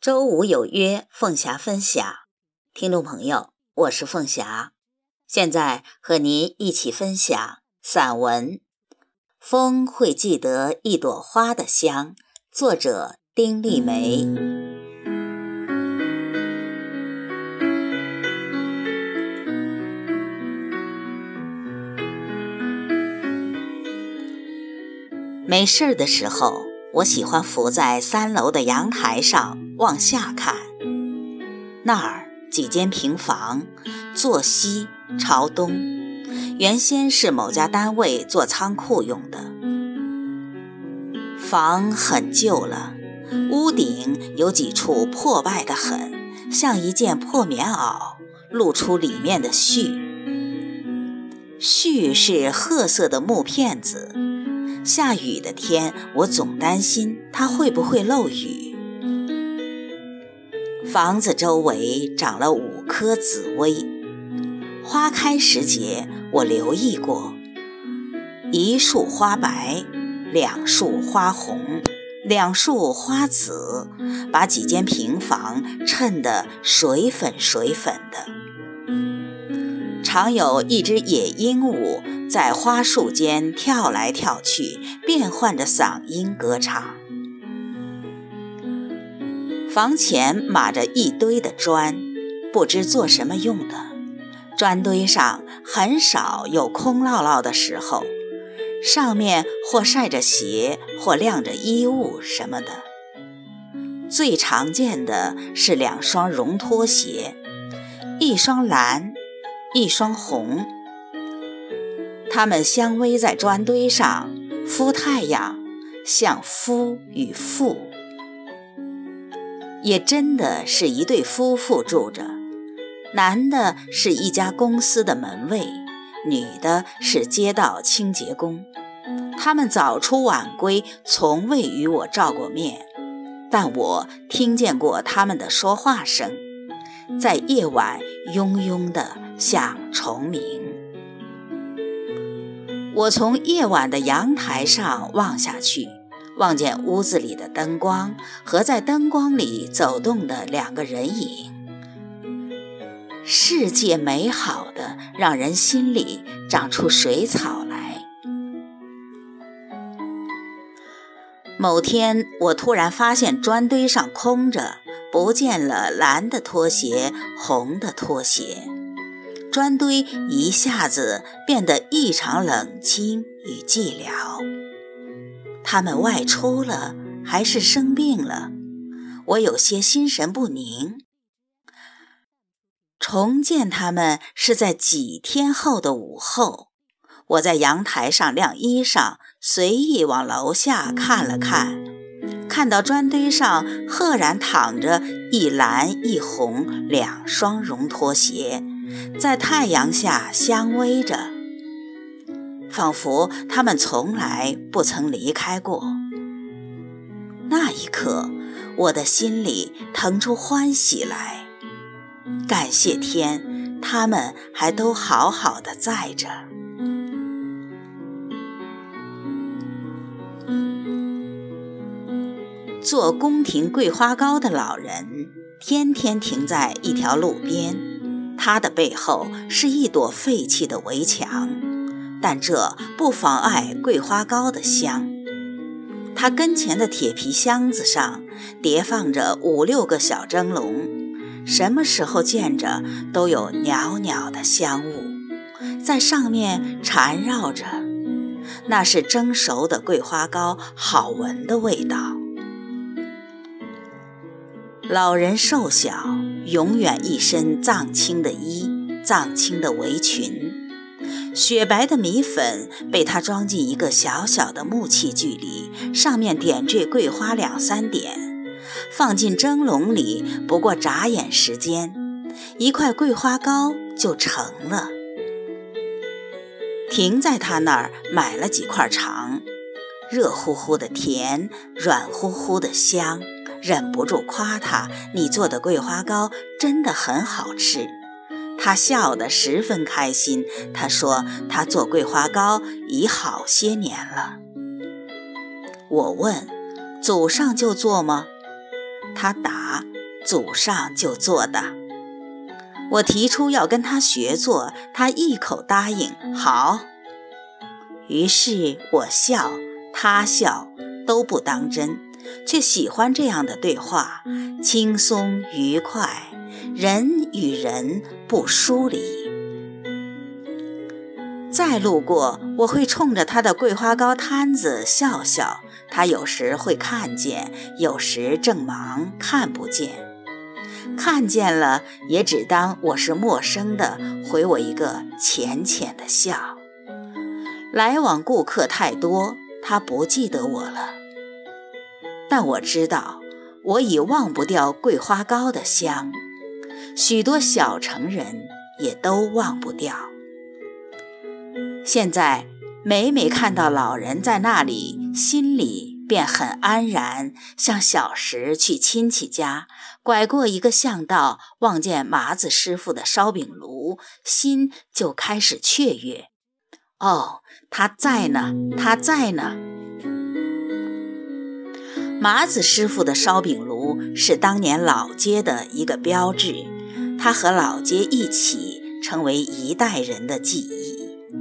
周五有约，凤霞分享。听众朋友，我是凤霞，现在和您一起分享散文《风会记得一朵花的香》，作者丁丽梅。没事的时候，我喜欢伏在3楼的阳台上往下看，那儿几间平房，坐西朝东，原先是某家单位做仓库用的。房很旧了，屋顶有几处破败得很，像一件破棉袄，露出里面的絮。絮是褐色的木片子，下雨的天，我总担心它会不会漏雨。房子周围长了5棵紫薇，花开时节我留意过，1束花白，2束花红，2束花紫，把几间平房衬得水粉水粉的。常有一只野鹦鹉在花树间跳来跳去，变换着嗓音歌唱。房前码着一堆的砖，不知做什么用的。砖堆上很少有空落落的时候，上面或晒着鞋，或晾着衣物什么的。最常见的是2双绒拖鞋，一双蓝，一双红。它们相偎在砖堆上，敷太阳，像夫与妇。也真的是一对夫妇住着，男的是一家公司的门卫，女的是街道清洁工。他们早出晚归，从未与我照过面，但我听见过他们的说话声，在夜晚嗡嗡的像虫鸣。我从夜晚的阳台上望下去，望见屋子里的灯光和在灯光里走动的2个人影。世界美好的让人心里长出水草来。某天我突然发现砖堆上空着，不见了蓝的拖鞋，红的拖鞋。砖堆一下子变得异常冷清与寂寥。他们外出了，还是生病了？我有些心神不宁。重见他们是在几天后的午后，我在阳台上晾衣裳，随意往楼下看了看，看到砖堆上赫然躺着一蓝一红2双绒拖鞋，在太阳下相偎着，仿佛他们从来不曾离开过。那一刻，我的心里腾出欢喜来，感谢天，他们还都好好的在着。做宫廷桂花糕的老人，天天停在一条路边，他的背后是一朵废弃的围墙，但这不妨碍桂花糕的香。他跟前的铁皮箱子上叠放着5、6个小蒸笼，什么时候见着都有袅袅的香雾，在上面缠绕着，那是蒸熟的桂花糕好闻的味道。老人瘦小，永远一身藏青的衣，藏青的围裙，雪白的米粉被他装进一个小小的木器具里，上面点缀桂花2、3点，放进蒸笼里，不过眨眼时间，一块桂花糕就成了。停在他那儿买了几块尝，热乎乎的甜，软乎乎的香，忍不住夸他，你做的桂花糕真的很好吃。他笑得十分开心，他说他做桂花糕已好些年了。我问，祖上就做吗？他答， 祖上就做的。我提出要跟他学做，他一口答应，好。于是我笑，他笑，都不当真，却喜欢这样的对话，轻松愉快，人与人不疏离。再路过，我会冲着他的桂花糕摊子笑笑，他有时会看见，有时正忙看不见。看见了，也只当我是陌生的，回我一个浅浅的笑。来往顾客太多，他不记得我了。但我知道，我已忘不掉桂花糕的香，许多小城人也都忘不掉。现在每每看到老人在那里，心里便很安然，像小时去亲戚家，拐过一个巷道，望见麻子师傅的烧饼炉，心就开始雀跃。哦，他在呢，他在呢。麻子师傅的烧饼炉是当年老街的一个标志，它和老街一起成为一代人的记忆。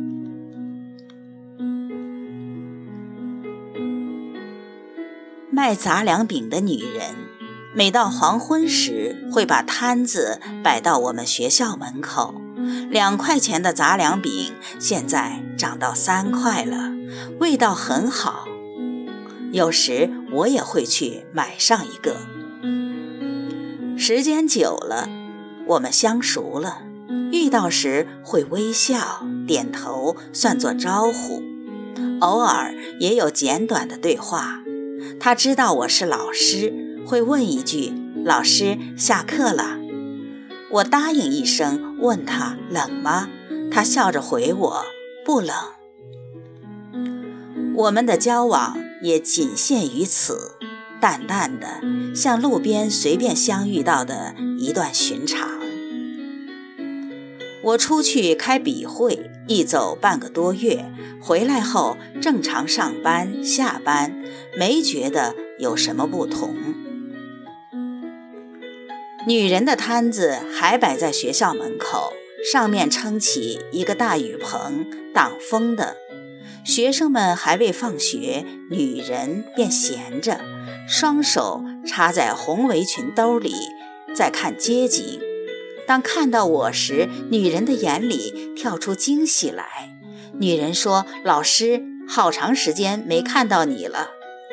卖杂粮饼的女人，每到黄昏时会把摊子摆到我们学校门口。2块钱的杂粮饼现在涨到3块了，味道很好。有时我也会去买上一个。时间久了，我们相熟了，遇到时会微笑点头，算作招呼。偶尔也有简短的对话。他知道我是老师，会问一句：老师，下课了。我答应一声，问他冷吗？他笑着回我，不冷。我们的交往也仅限于此，淡淡的，像路边随便相遇到的一段寻常。我出去开笔会，一走半个多月，回来后正常上班下班，没觉得有什么不同。女人的摊子还摆在学校门口，上面撑起一个大雨棚，挡风的。学生们还未放学，女人便闲着，双手插在红围裙兜里，在看街景。当看到我时，女人的眼里跳出惊喜来。女人说：老师，好长时间没看到你了。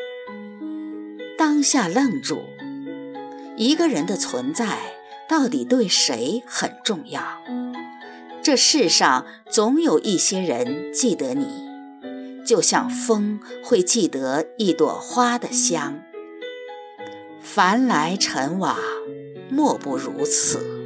当下愣住，一个人的存在到底对谁很重要？这世上总有一些人记得你，就像风会记得一朵花的香。凡来尘往，莫不如此。